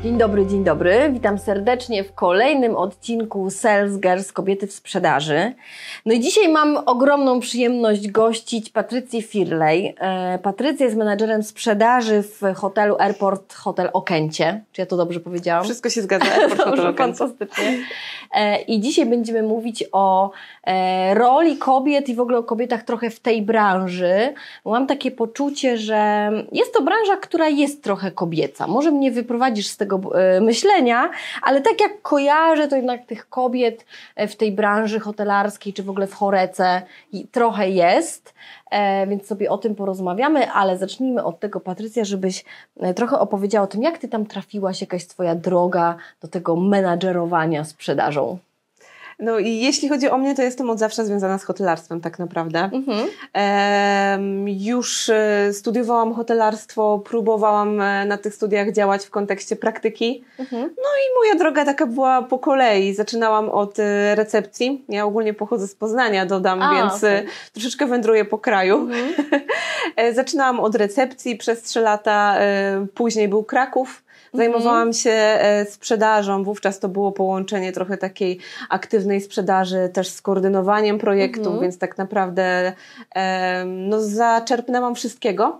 Dzień dobry. Witam serdecznie w kolejnym odcinku Sales Girls Kobiety w Sprzedaży. No i dzisiaj mam ogromną przyjemność gościć Patrycję Firlej. Patrycja jest menadżerem sprzedaży w hotelu Airport Hotel Okęcie. Czy ja to dobrze powiedziałam? Wszystko się zgadza. Airport Hotel Okęcie. Fantastycznie. I dzisiaj będziemy mówić o roli kobiet i w ogóle o kobietach trochę w tej branży. Mam takie poczucie, że jest to branża, która jest trochę kobieca. Może mnie wyprowadzisz z tego myślenia, ale tak jak kojarzę, to jednak tych kobiet w tej branży hotelarskiej, czy w ogóle w chorece trochę jest, więc sobie o tym porozmawiamy, ale zacznijmy od tego, Patrycja, żebyś trochę opowiedziała o tym, jak Ty tam trafiłaś, jakaś Twoja droga do tego menadżerowania sprzedażą. No i jeśli chodzi o mnie, to jestem od zawsze związana z hotelarstwem tak naprawdę. Już studiowałam hotelarstwo, próbowałam na tych studiach działać w kontekście praktyki. No i moja droga taka była po kolei. Zaczynałam od recepcji. Ja ogólnie pochodzę z Poznania, dodam, więc troszeczkę wędruję po kraju. Zaczynałam od recepcji przez 3 lata, później był Kraków. Zajmowałam się sprzedażą, wówczas to było połączenie trochę takiej aktywnej sprzedaży też z koordynowaniem projektów, więc tak naprawdę no, zaczerpnęłam wszystkiego.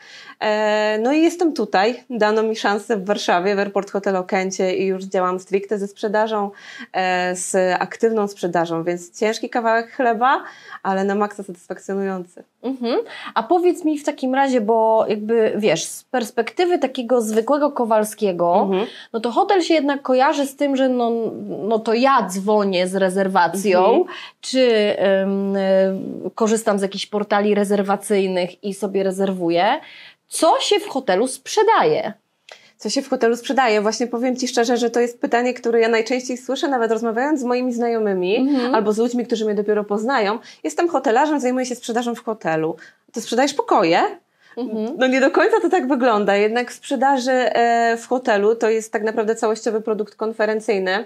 No i jestem tutaj, dano mi szansę w Warszawie, w Airport Hotel Okęcie i już działam stricte ze sprzedażą, z aktywną sprzedażą, więc ciężki kawałek chleba, ale na maksa satysfakcjonujący. A powiedz mi w takim razie, bo jakby wiesz, z perspektywy takiego zwykłego Kowalskiego, no to hotel się jednak kojarzy z tym, że no to ja dzwonię z rezerwacją, czy korzystam z jakichś portali rezerwacyjnych i sobie rezerwuję. Co się w hotelu sprzedaje? Co się w hotelu sprzedaje? Właśnie powiem Ci szczerze, że to jest pytanie, które ja najczęściej słyszę, nawet rozmawiając z moimi znajomymi albo z ludźmi, którzy mnie dopiero poznają. Jestem hotelarzem, zajmuję się sprzedażą w hotelu. To sprzedajesz pokoje? No nie do końca to tak wygląda. Jednak w sprzedaży w hotelu to jest tak naprawdę całościowy produkt konferencyjny.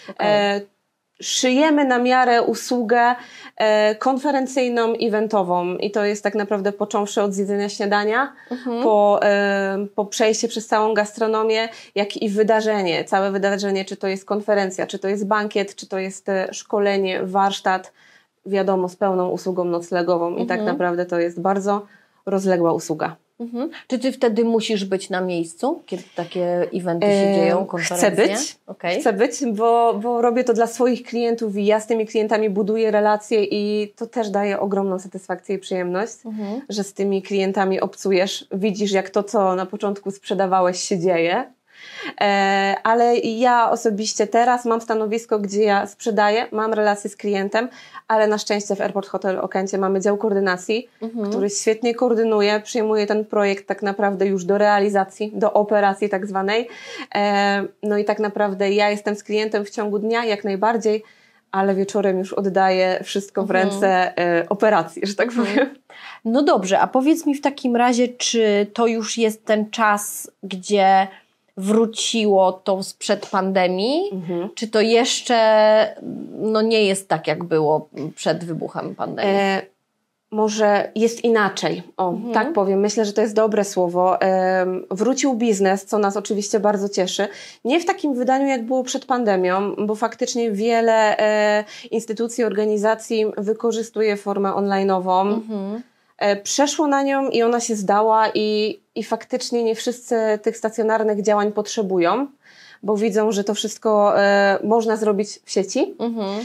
Szyjemy na miarę usługę konferencyjną, eventową i to jest tak naprawdę począwszy od zjedzenia śniadania, po przejście przez całą gastronomię, jak i wydarzenie, całe wydarzenie, czy to jest konferencja, czy to jest bankiet, czy to jest szkolenie, warsztat, wiadomo, z pełną usługą noclegową i tak naprawdę to jest bardzo rozległa usługa. Czy Ty wtedy musisz być na miejscu, kiedy takie eventy się dzieją, konferencje? Chcę być, bo robię to dla swoich klientów i ja z tymi klientami buduję relacje i to też daje ogromną satysfakcję i przyjemność, że z tymi klientami obcujesz, widzisz jak to, co na początku sprzedawałeś, się dzieje. Ale ja osobiście teraz mam stanowisko, gdzie ja sprzedaję, mam relacje z klientem, ale na szczęście w Airport Hotel Okęcie mamy dział koordynacji, który świetnie koordynuje, przyjmuje ten projekt tak naprawdę już do realizacji, do operacji tak zwanej. No i tak naprawdę ja jestem z klientem w ciągu dnia jak najbardziej, ale wieczorem już oddaję wszystko w ręce operacji, że tak powiem. No dobrze, a powiedz mi w takim razie, czy to już jest ten czas, gdzie wróciło to sprzed pandemii, czy to jeszcze nie jest tak, jak było przed wybuchem pandemii? Może jest inaczej. Tak powiem. Myślę, że to jest dobre słowo. Wrócił biznes, co nas oczywiście bardzo cieszy. Nie w takim wydaniu, jak było przed pandemią, bo faktycznie wiele instytucji, organizacji wykorzystuje formę online'ową. Przeszło na nią i ona się zdała i faktycznie nie wszyscy tych stacjonarnych działań potrzebują, bo widzą, że to wszystko można zrobić w sieci.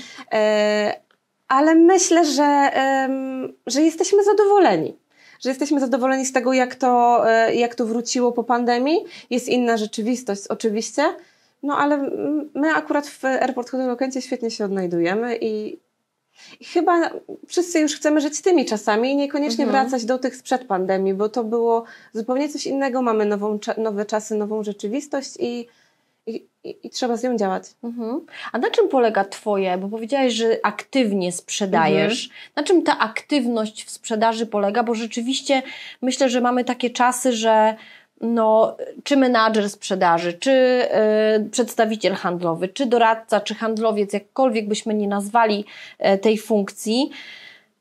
Ale myślę, że jesteśmy zadowoleni. Że jesteśmy zadowoleni z tego, jak to wróciło po pandemii. Jest inna rzeczywistość oczywiście, no ale my akurat w Airport Hotel Okęcie świetnie się odnajdujemy i chyba wszyscy już chcemy żyć tymi czasami i niekoniecznie wracać do tych sprzed pandemii, bo to było zupełnie coś innego. Mamy nowe czasy, nową rzeczywistość i trzeba z nią działać. A na czym polega Twoje, bo powiedziałaś, że aktywnie sprzedajesz. Na czym ta aktywność w sprzedaży polega? Bo rzeczywiście myślę, że mamy takie czasy, że czy menadżer sprzedaży, czy przedstawiciel handlowy, czy doradca, czy handlowiec, jakkolwiek byśmy nie nazwali tej funkcji,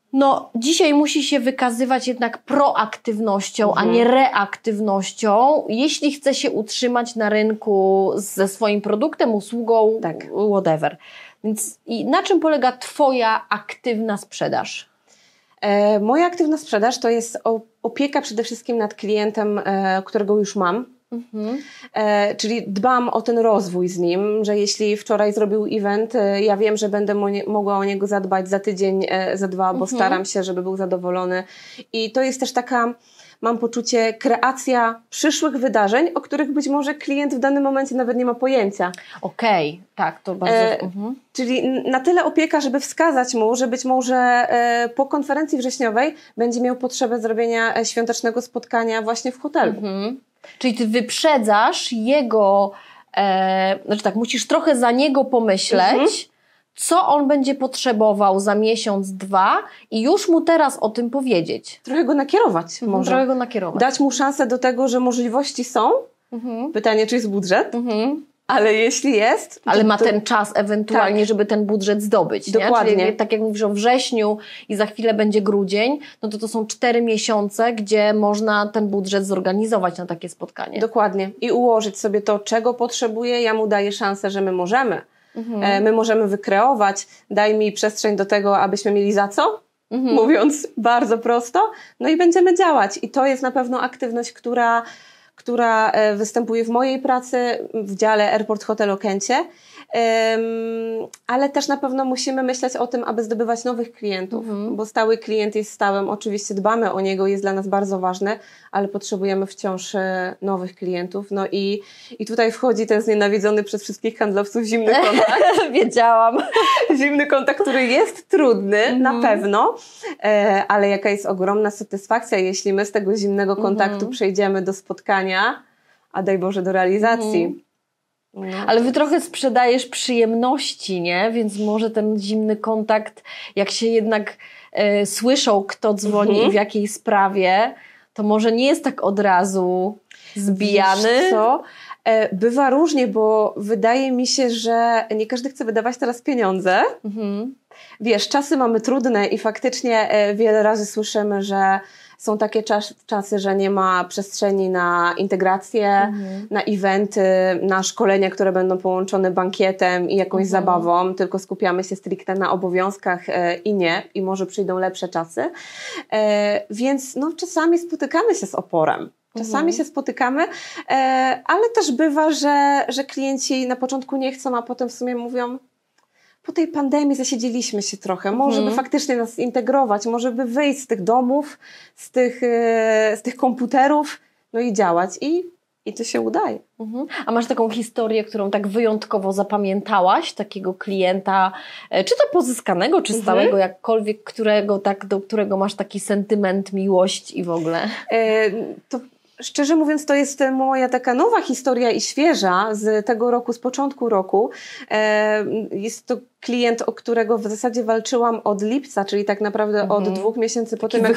No, dzisiaj musi się wykazywać jednak proaktywnością, a nie reaktywnością, jeśli chce się utrzymać na rynku ze swoim produktem, usługą, whatever. Więc i na czym polega Twoja aktywna sprzedaż? Moja aktywna sprzedaż to jest opieka przede wszystkim nad klientem, którego już mam. Czyli dbam o ten rozwój z nim, że jeśli wczoraj zrobił event, ja wiem, że będę mogła o niego zadbać za tydzień, za dwa, bo staram się, żeby był zadowolony. I to jest też taka, mam poczucie, kreacja przyszłych wydarzeń, o których być może klient w danym momencie nawet nie ma pojęcia. Okej, tak, to bardzo... Czyli na tyle opieka, żeby wskazać mu, że być może po konferencji wrześniowej będzie miał potrzebę zrobienia świątecznego spotkania właśnie w hotelu. Czyli ty wyprzedzasz jego, znaczy tak, musisz trochę za niego pomyśleć, co on będzie potrzebował za miesiąc, dwa i już mu teraz o tym powiedzieć. Trochę go nakierować może. Trochę go nakierować. Dać mu szansę do tego, że możliwości są. Pytanie, czy jest budżet? Ale jeśli jest... Ale ma ten czas ewentualnie, żeby ten budżet zdobyć. Dokładnie. Nie? Czyli tak jak mówisz o wrześniu i za chwilę będzie grudzień, no to są 4 miesiące, gdzie można ten budżet zorganizować na takie spotkanie. Dokładnie. I ułożyć sobie to, czego potrzebuje. Ja mu daję szansę, że my możemy. My możemy wykreować. Daj mi przestrzeń do tego, abyśmy mieli za co. Mówiąc bardzo prosto. No i będziemy działać. I to jest na pewno aktywność, która występuje w mojej pracy w dziale Airport Hotel Okęcie, ale też na pewno musimy myśleć o tym, aby zdobywać nowych klientów, bo stały klient jest stałym, oczywiście dbamy o niego, jest dla nas bardzo ważny, ale potrzebujemy wciąż nowych klientów. No i tutaj wchodzi ten znienawidzony przez wszystkich handlowców zimny kontakt. Wiedziałam. Zimny kontakt, który jest trudny, na pewno, ale jaka jest ogromna satysfakcja, jeśli my z tego zimnego kontaktu przejdziemy do spotkania, a daj Boże do realizacji. No. Ale wy trochę sprzedajesz przyjemności, nie? Więc może ten zimny kontakt, jak się jednak słyszą, kto dzwoni i w jakiej sprawie, to może nie jest tak od razu zbijany. Wiesz co? Bywa różnie, bo wydaje mi się, że nie każdy chce wydawać teraz pieniądze. Wiesz, czasy mamy trudne i faktycznie wiele razy słyszymy, że są takie czasy, że nie ma przestrzeni na integrację, na eventy, na szkolenia, które będą połączone bankietem i jakąś zabawą, tylko skupiamy się stricte na obowiązkach i może przyjdą lepsze czasy. Więc no, czasami spotykamy się z oporem. Czasami się spotykamy, ale też bywa, że klienci na początku nie chcą, a potem w sumie mówią: po tej pandemii zasiedzieliśmy się trochę, może by faktycznie nas integrować, może by wyjść z tych domów, z tych komputerów, no i działać. I to się udaje. A masz taką historię, którą tak wyjątkowo zapamiętałaś, takiego klienta, czy to pozyskanego, czy stałego, jakkolwiek, do którego masz taki sentyment, miłość i w ogóle? To szczerze mówiąc, to jest moja taka nowa historia i świeża z tego roku, z początku roku. Jest to klient, o którego w zasadzie walczyłam od lipca, czyli tak naprawdę od 2 miesięcy po tym,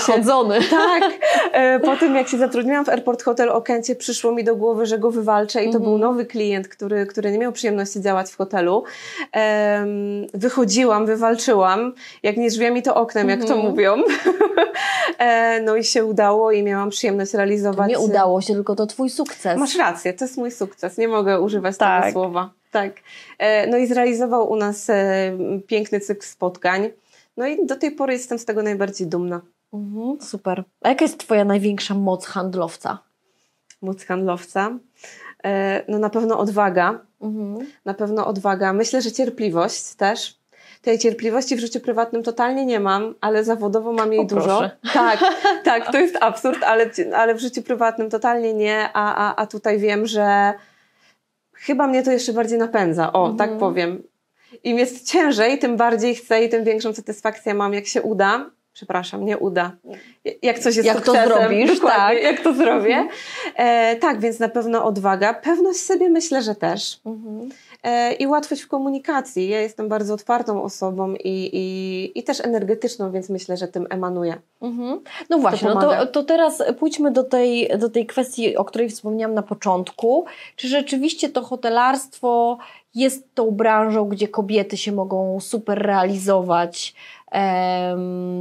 po tym, jak się zatrudniłam w Airport Hotel Okęcie, przyszło mi do głowy, że go wywalczę i to był nowy klient, który nie miał przyjemności działać w hotelu. Wychodziłam, wywalczyłam, jak nie drzwiami, to oknem, jak to mówią. No i się udało i miałam przyjemność realizować. To nie udało się, tylko to twój sukces. Masz rację, to jest mój sukces, nie mogę używać tego słowa. Tak. No i zrealizował u nas piękny cykl spotkań. No i do tej pory jestem z tego najbardziej dumna. Super. A jaka jest twoja największa moc handlowca? Moc handlowca? No na pewno odwaga. Na pewno odwaga. Myślę, że cierpliwość też. Tej cierpliwości w życiu prywatnym totalnie nie mam, ale zawodowo mam jej dużo. Tak, to jest absurd, ale w życiu prywatnym totalnie nie, a tutaj wiem, że chyba mnie to jeszcze bardziej napędza, tak powiem. Im jest ciężej, tym bardziej chcę i tym większą satysfakcję mam, jak się uda. Przepraszam, nie uda. Jak coś jest sukcesem. Jak to zrobisz, tak. Jak to zrobię. Tak, więc na pewno odwaga. Pewność siebie myślę, że też. I łatwość w komunikacji. Ja jestem bardzo otwartą osobą i też energetyczną, więc myślę, że tym emanuję. No właśnie, to teraz pójdźmy do tej kwestii, o której wspomniałam na początku. Czy rzeczywiście to hotelarstwo jest tą branżą, gdzie kobiety się mogą super realizować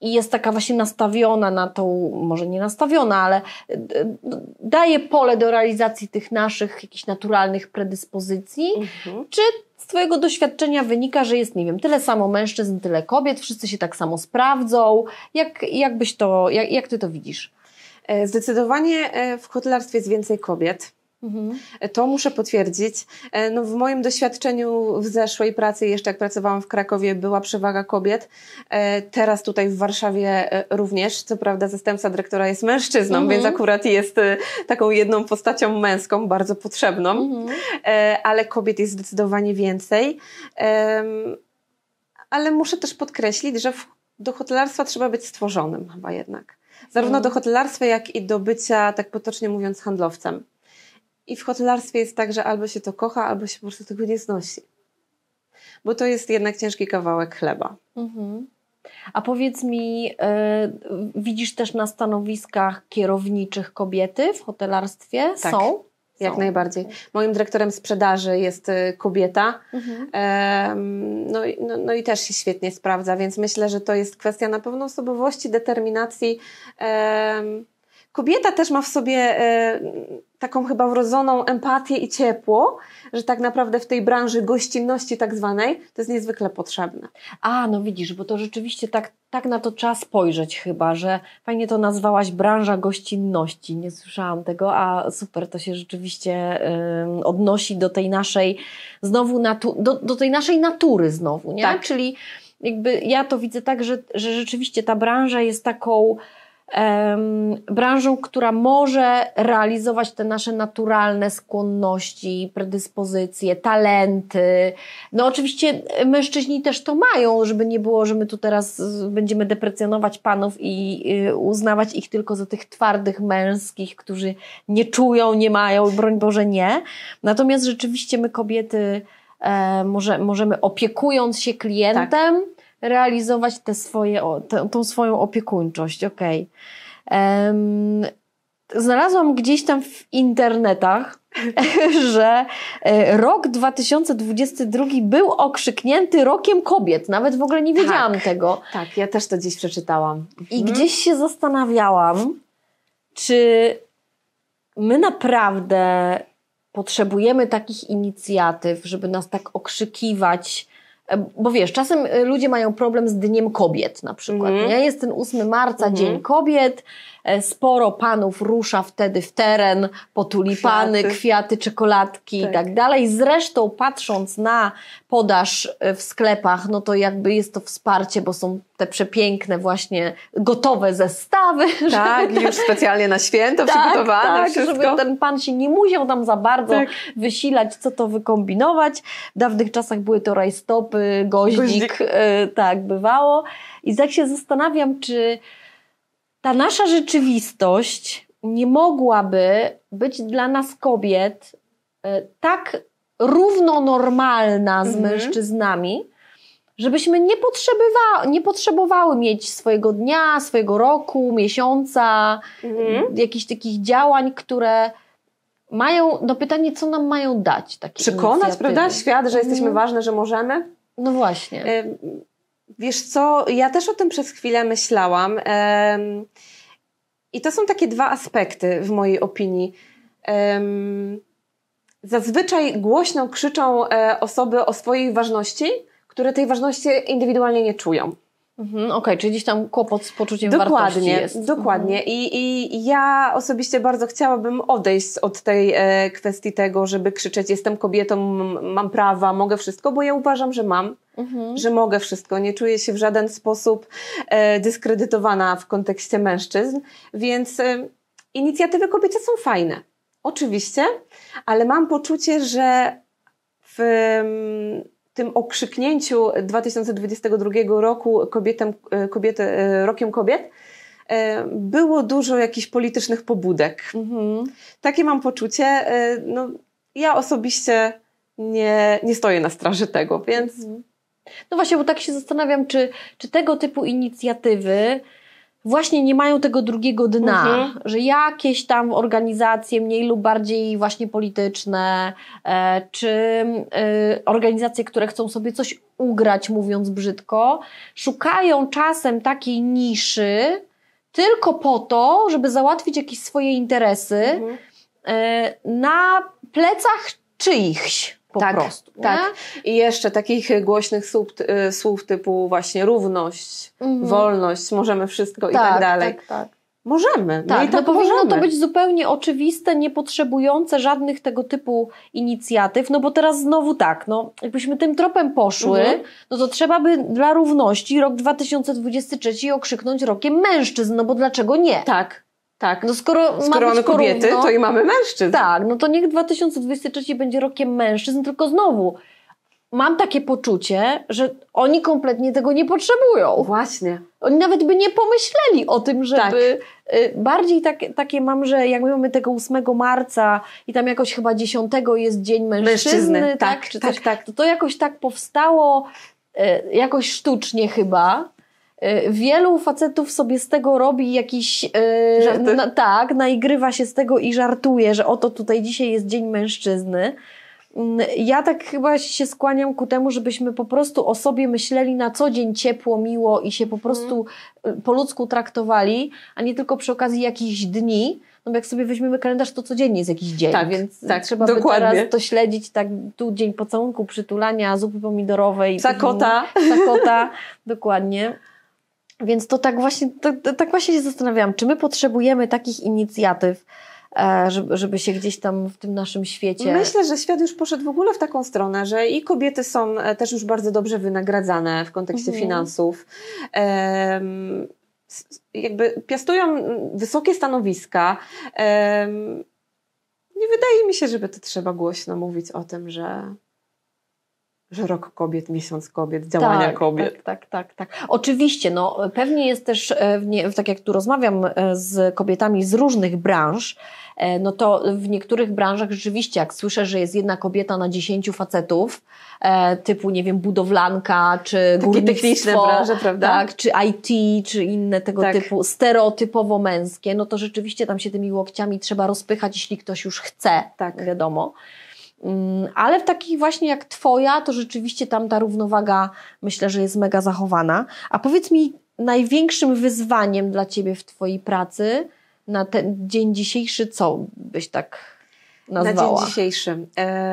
i jest taka właśnie nastawiona na tą, może nie nastawiona, ale daje pole do realizacji tych naszych jakichś naturalnych predyspozycji, czy z twojego doświadczenia wynika, że jest, nie wiem, tyle samo mężczyzn, tyle kobiet, wszyscy się tak samo sprawdzą? Jak ty to widzisz? Zdecydowanie w hotelarstwie jest więcej kobiet. To muszę potwierdzić. No, w moim doświadczeniu w zeszłej pracy, jeszcze jak pracowałam w Krakowie, była przewaga kobiet. Teraz tutaj w Warszawie również. Co prawda zastępca dyrektora jest mężczyzną, więc akurat jest taką jedną postacią męską, bardzo potrzebną. Ale kobiet jest zdecydowanie więcej. Ale muszę też podkreślić, że do hotelarstwa trzeba być stworzonym chyba jednak. Zarówno do hotelarstwa, jak i do bycia, tak potocznie mówiąc, handlowcem. I w hotelarstwie jest tak, że albo się to kocha, albo się po prostu tego nie znosi. Bo to jest jednak ciężki kawałek chleba. A powiedz mi, widzisz też na stanowiskach kierowniczych kobiety w hotelarstwie? Tak. Są? Jak najbardziej. Moim dyrektorem sprzedaży jest kobieta. No i też się świetnie sprawdza, więc myślę, że to jest kwestia na pewno osobowości, determinacji. Kobieta też ma w sobie taką chyba wrodzoną empatię i ciepło, że tak naprawdę w tej branży gościnności tak zwanej to jest niezwykle potrzebne. No widzisz, bo to rzeczywiście tak na to trzeba spojrzeć chyba, że fajnie to nazwałaś branża gościnności. Nie słyszałam tego, a super, to się rzeczywiście odnosi do tej naszej znowu do tej naszej natury znowu, nie? Tak. Czyli jakby ja to widzę tak, że rzeczywiście ta branża jest taką branżą, która może realizować te nasze naturalne skłonności, predyspozycje, talenty. No oczywiście mężczyźni też to mają, żeby nie było, że my tu teraz będziemy deprecjonować panów i uznawać ich tylko za tych twardych męskich, którzy nie czują, nie mają, broń Boże nie. Natomiast rzeczywiście my kobiety możemy opiekując się klientem, realizować tą swoją opiekuńczość. Okej. Znalazłam gdzieś tam w internetach, że rok 2022 był okrzyknięty rokiem kobiet. Nawet w ogóle nie wiedziałam tego. Tak, ja też to gdzieś przeczytałam. I gdzieś się zastanawiałam, czy my naprawdę potrzebujemy takich inicjatyw, żeby nas tak okrzykiwać. Bo wiesz, czasem ludzie mają problem z Dniem Kobiet na przykład, nie? Jest ten 8 marca, Dzień Kobiet, sporo panów rusza wtedy w teren po tulipany, kwiaty, czekoladki i tak dalej. Zresztą patrząc na podaż w sklepach, no to jakby jest to wsparcie, bo są te przepiękne właśnie gotowe zestawy. Tak, już specjalnie na święto przygotowane wszystko. Żeby ten pan się nie musiał tam za bardzo wysilać, co to wykombinować. W dawnych czasach były to rajstopy, goździk. Tak, bywało. I tak się zastanawiam, czy ta nasza rzeczywistość nie mogłaby być dla nas kobiet tak równo normalna z mężczyznami, żebyśmy nie potrzebowały mieć swojego dnia, swojego roku, miesiąca, jakichś takich działań, które mają, pytanie, co nam mają dać takie przekonać, prawda, świat, że jesteśmy ważne, że możemy. No właśnie. Wiesz co, ja też o tym przez chwilę myślałam i to są takie dwa aspekty w mojej opinii. Zazwyczaj głośno krzyczą osoby o swojej ważności, które tej ważności indywidualnie nie czują. Okej, czyli gdzieś tam kłopot z poczuciem wartości jest. Dokładnie. I ja osobiście bardzo chciałabym odejść od tej kwestii tego, żeby krzyczeć: jestem kobietą, mam prawa, mogę wszystko, bo ja uważam, że mam, że mogę wszystko. Nie czuję się w żaden sposób dyskredytowana w kontekście mężczyzn, więc inicjatywy kobiece są fajne. Oczywiście, ale mam poczucie, że w tym okrzyknięciu 2022 roku rokiem kobiet było dużo jakichś politycznych pobudek. Takie mam poczucie. No, ja osobiście nie stoję na straży tego, więc... No właśnie, bo tak się zastanawiam, czy tego typu inicjatywy właśnie nie mają tego drugiego dna, że jakieś tam organizacje mniej lub bardziej właśnie polityczne, czy organizacje, które chcą sobie coś ugrać, mówiąc brzydko, szukają czasem takiej niszy tylko po to, żeby załatwić jakieś swoje interesy na plecach czyichś. Po prostu. Tak. I jeszcze takich głośnych słów typu właśnie równość, wolność, możemy wszystko i tak dalej. Tak. Możemy. Tak, no powinno to być zupełnie oczywiste, nie potrzebujące żadnych tego typu inicjatyw, no bo teraz znowu tak, no jakbyśmy tym tropem poszły, no to trzeba by dla równości rok 2023 okrzyknąć rokiem mężczyzn, no bo dlaczego nie? Tak. No skoro mamy kobiety, to i mamy mężczyzn. Tak, no to niech 2023 będzie rokiem mężczyzn, tylko znowu mam takie poczucie, że oni kompletnie tego nie potrzebują. Właśnie. Oni nawet by nie pomyśleli o tym, żeby... Bardziej takie mam, że jak my mamy tego 8 marca i tam jakoś chyba 10 jest Dzień Mężczyzny, tak? To jakoś tak powstało, jakoś sztucznie chyba. Wielu facetów sobie z tego robi jakiś... naigrywa się z tego i żartuje, że oto tutaj dzisiaj jest Dzień Mężczyzny. Ja tak chyba się skłaniam ku temu, żebyśmy po prostu o sobie myśleli na co dzień ciepło, miło i się po prostu po ludzku traktowali, a nie tylko przy okazji jakichś dni. No bo jak sobie weźmiemy kalendarz, to codziennie jest jakiś dzień, więc trzeba by teraz to śledzić, tak tu dzień pocałunku, przytulania, zupy pomidorowej. Psa kota, dokładnie. Więc to tak właśnie się zastanawiałam, czy my potrzebujemy takich inicjatyw, żeby się gdzieś tam w tym naszym świecie... Myślę, że świat już poszedł w ogóle w taką stronę, że i kobiety są też już bardzo dobrze wynagradzane w kontekście finansów. Jakby piastują wysokie stanowiska. Nie wydaje mi się, żeby to trzeba głośno mówić o tym, że rok kobiet, miesiąc kobiet, działania kobiet. Tak. Oczywiście, no pewnie jest też, tak jak tu rozmawiam z kobietami z różnych branż, no to w niektórych branżach rzeczywiście, jak słyszę, że jest jedna kobieta na 10 facetów, typu, nie wiem, budowlanka, czy górnictwo, techniczne branże, prawda? Tak, czy IT, czy inne tego typu stereotypowo męskie, no to rzeczywiście tam się tymi łokciami trzeba rozpychać, jeśli ktoś już chce, wiadomo. Ale w takich właśnie jak twoja, to rzeczywiście tam ta równowaga, myślę, że jest mega zachowana. A powiedz mi, największym wyzwaniem dla ciebie w twojej pracy na ten dzień dzisiejszy, co byś tak nazwała? Na dzień dzisiejszy.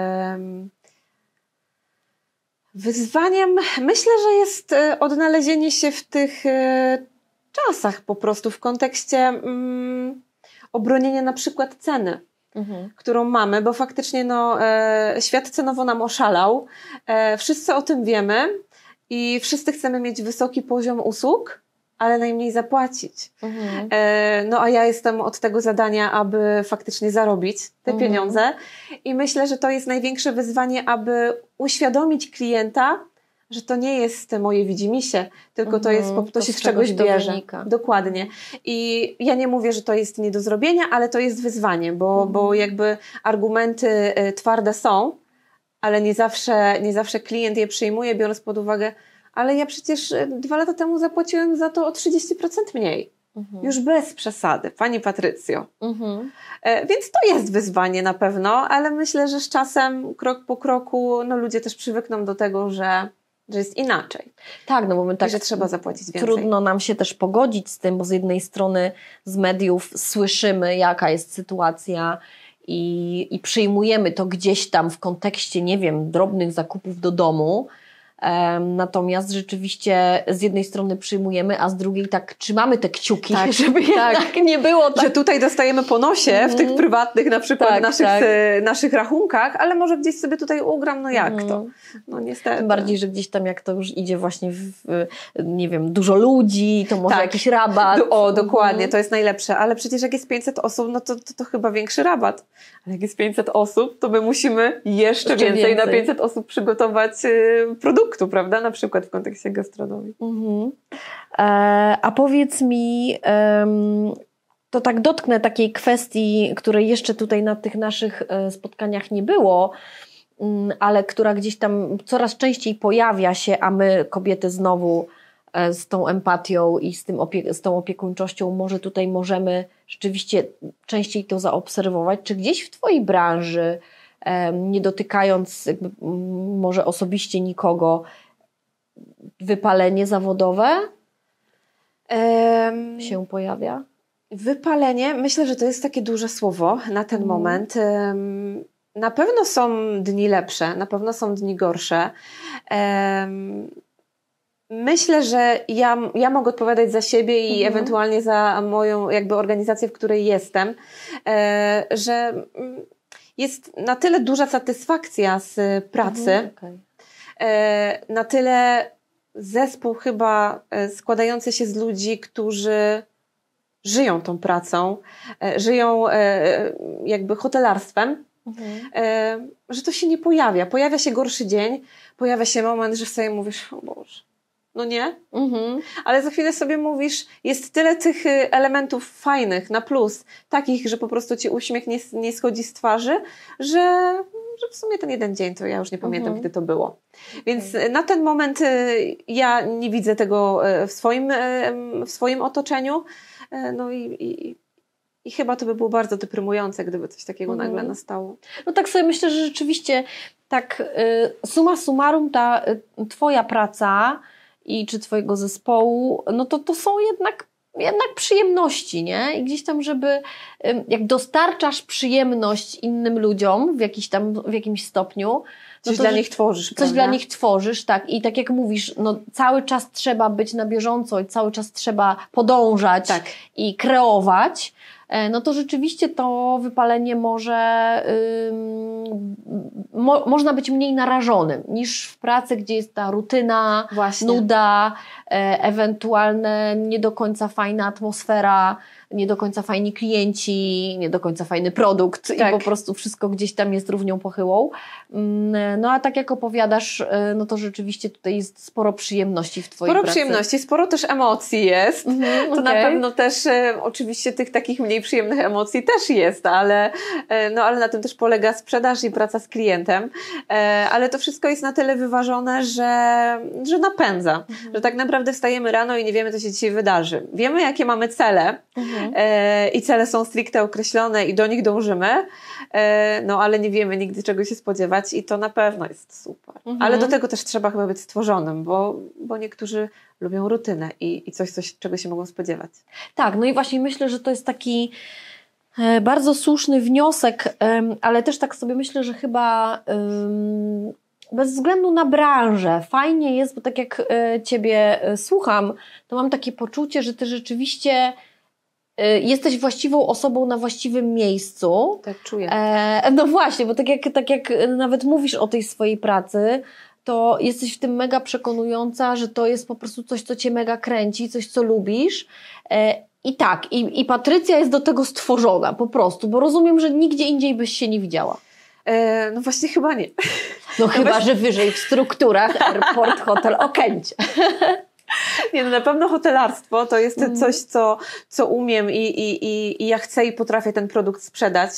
Wyzwaniem myślę, że jest odnalezienie się w tych czasach po prostu w kontekście obronienia na przykład ceny. Którą mamy, bo faktycznie świat cenowo nam oszalał. Wszyscy o tym wiemy i wszyscy chcemy mieć wysoki poziom usług, ale najmniej zapłacić. A ja jestem od tego zadania, aby faktycznie zarobić te pieniądze i myślę, że to jest największe wyzwanie, aby uświadomić klienta, że to nie jest moje widzimisię, tylko to się z czegoś bierze. Dokładnie. I ja nie mówię, że to jest nie do zrobienia, ale to jest wyzwanie, bo jakby argumenty twarde są, ale nie zawsze klient je przyjmuje, biorąc pod uwagę, ale ja przecież 2 lata temu zapłaciłem za to o 30% mniej. Już bez przesady, Pani Patrycjo. Więc to jest wyzwanie na pewno, ale myślę, że z czasem, krok po kroku, ludzie też przywykną do tego, że jest inaczej. Tak, no bo my tak, że trzeba zapłacić więcej. Trudno nam się też pogodzić z tym, bo z jednej strony z mediów słyszymy, jaka jest sytuacja i przyjmujemy to gdzieś tam w kontekście, nie wiem, drobnych zakupów do domu. Natomiast rzeczywiście z jednej strony przyjmujemy, a z drugiej tak trzymamy te kciuki, żeby jednak nie było tak. Że tutaj dostajemy po nosie w tych prywatnych na przykład naszych rachunkach, ale może gdzieś sobie tutaj ugram, jak to? No niestety. Tym bardziej, że gdzieś tam jak to już idzie właśnie nie wiem, dużo ludzi, to może jakiś rabat. Dokładnie, to jest najlepsze, ale przecież jak jest 500 osób, no to chyba większy rabat. Ale jak jest 500 osób, to my musimy jeszcze więcej na 500 osób przygotować produktu, prawda? Na przykład w kontekście gastronomii. A powiedz mi, to tak dotknę takiej kwestii, której jeszcze tutaj na tych naszych spotkaniach nie było, ale która gdzieś tam coraz częściej pojawia się, a my kobiety znowu z tą empatią i z tą opiekuńczością, może tutaj możemy rzeczywiście częściej to zaobserwować. Czy gdzieś w Twojej branży, nie dotykając jakby może osobiście nikogo, wypalenie zawodowe się pojawia? Wypalenie, myślę, że to jest takie duże słowo na ten moment. Na pewno są dni lepsze, na pewno są dni gorsze. Myślę, że ja mogę odpowiadać za siebie i ewentualnie za moją jakby organizację, w której jestem, że jest na tyle duża satysfakcja z pracy, na tyle zespół chyba składający się z ludzi, którzy żyją tą pracą, żyją jakby hotelarstwem, że to się nie pojawia. Pojawia się gorszy dzień, pojawia się moment, że sobie mówisz, o Boże, no nie? Ale za chwilę sobie mówisz, jest tyle tych elementów fajnych, na plus, takich, że po prostu ci uśmiech nie schodzi z twarzy, że w sumie ten jeden dzień to ja już nie pamiętam, kiedy to było. Więc na ten moment ja nie widzę tego w swoim otoczeniu. No i chyba to by było bardzo deprymujące, gdyby coś takiego nagle nastało. No tak sobie myślę, że rzeczywiście tak summa summarum ta Twoja praca i czy Twojego zespołu, no to są jednak przyjemności, nie? I gdzieś tam, żeby jak dostarczasz przyjemność innym ludziom w jakimś stopniu, Coś dla nich tworzysz, coś prawda? dla nich tworzysz, tak. I tak jak mówisz, no cały czas trzeba być na bieżąco i cały czas trzeba podążać i kreować, no to rzeczywiście to wypalenie można być mniej narażonym niż w pracy, gdzie jest ta rutyna, nuda, ewentualne nie do końca fajna atmosfera, nie do końca fajni klienci, nie do końca fajny produkt i po prostu wszystko gdzieś tam jest równią pochyłą. No a tak jak opowiadasz, no to rzeczywiście tutaj jest sporo przyjemności w Twojej pracy. Sporo przyjemności, sporo też emocji jest. To na pewno też oczywiście tych takich mniej przyjemnych emocji też jest, ale na tym też polega sprzedaż i praca z klientem. Ale to wszystko jest na tyle wyważone, że napędza. Że tak naprawdę wstajemy rano i nie wiemy, co się dzisiaj wydarzy. Wiemy, jakie mamy cele, i cele są stricte określone i do nich dążymy, ale nie wiemy nigdy, czego się spodziewać i to na pewno jest super. Ale do tego też trzeba chyba być stworzonym, bo niektórzy lubią rutynę i coś, czego się mogą spodziewać. Tak, no i właśnie myślę, że to jest taki bardzo słuszny wniosek, ale też tak sobie myślę, że chyba bez względu na branżę fajnie jest, bo tak jak Ciebie słucham, to mam takie poczucie, że Ty rzeczywiście jesteś właściwą osobą na właściwym miejscu. Tak czuję. No właśnie, bo tak jak nawet mówisz o tej swojej pracy, to jesteś w tym mega przekonująca, że to jest po prostu coś, co Cię mega kręci, coś, co lubisz. I tak, i Patrycja jest do tego stworzona po prostu, bo rozumiem, że nigdzie indziej byś się nie widziała. No właśnie chyba nie. No chyba, że wyżej w strukturach Airport Hotel Okęcie. Nie, no na pewno hotelarstwo to jest coś, co umiem i ja chcę i potrafię ten produkt sprzedać.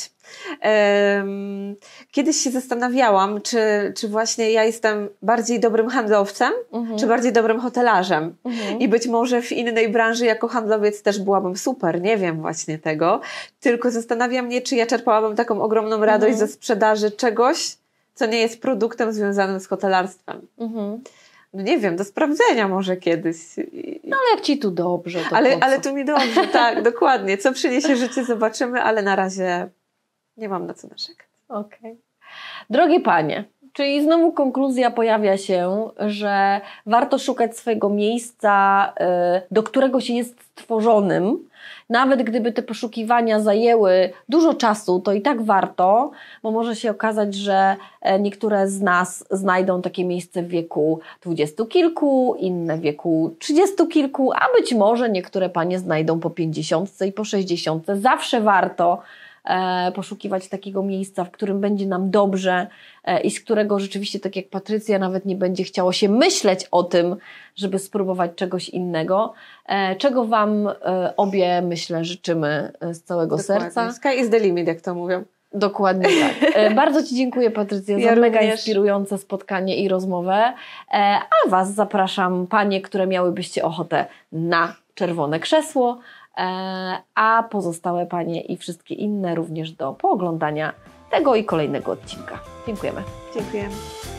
Kiedyś się zastanawiałam, czy właśnie ja jestem bardziej dobrym handlowcem, czy bardziej dobrym hotelarzem. I być może w innej branży jako handlowiec też byłabym super, nie wiem właśnie tego. Tylko zastanawiam mnie, czy ja czerpałabym taką ogromną radość ze sprzedaży czegoś, co nie jest produktem związanym z hotelarstwem. No nie wiem, do sprawdzenia może kiedyś. No ale jak Ci tu dobrze, to ale tu mi dobrze, tak, dokładnie. Co przyniesie życie, zobaczymy, ale na razie nie mam na co narzekać. Okej. Drogie Panie, czyli znowu konkluzja pojawia się, że warto szukać swojego miejsca, do którego się jest stworzonym. Nawet gdyby te poszukiwania zajęły dużo czasu, to i tak warto, bo może się okazać, że niektóre z nas znajdą takie miejsce w wieku 20 kilku, inne w wieku 30 kilku, a być może niektóre panie znajdą po 50 i po 60. Zawsze warto poszukiwać takiego miejsca, w którym będzie nam dobrze i z którego rzeczywiście, tak jak Patrycja, nawet nie będzie chciało się myśleć o tym, żeby spróbować czegoś innego, czego Wam obie, myślę, życzymy z całego serca. Sky is the limit, jak to mówią. Dokładnie tak. Bardzo Ci dziękuję, Patrycja, za mega inspirujące spotkanie i rozmowę. A Was zapraszam, panie, które miałybyście ochotę na czerwone krzesło, a pozostałe panie i wszystkie inne również do pooglądania tego i kolejnego odcinka. Dziękujemy. Dziękujemy.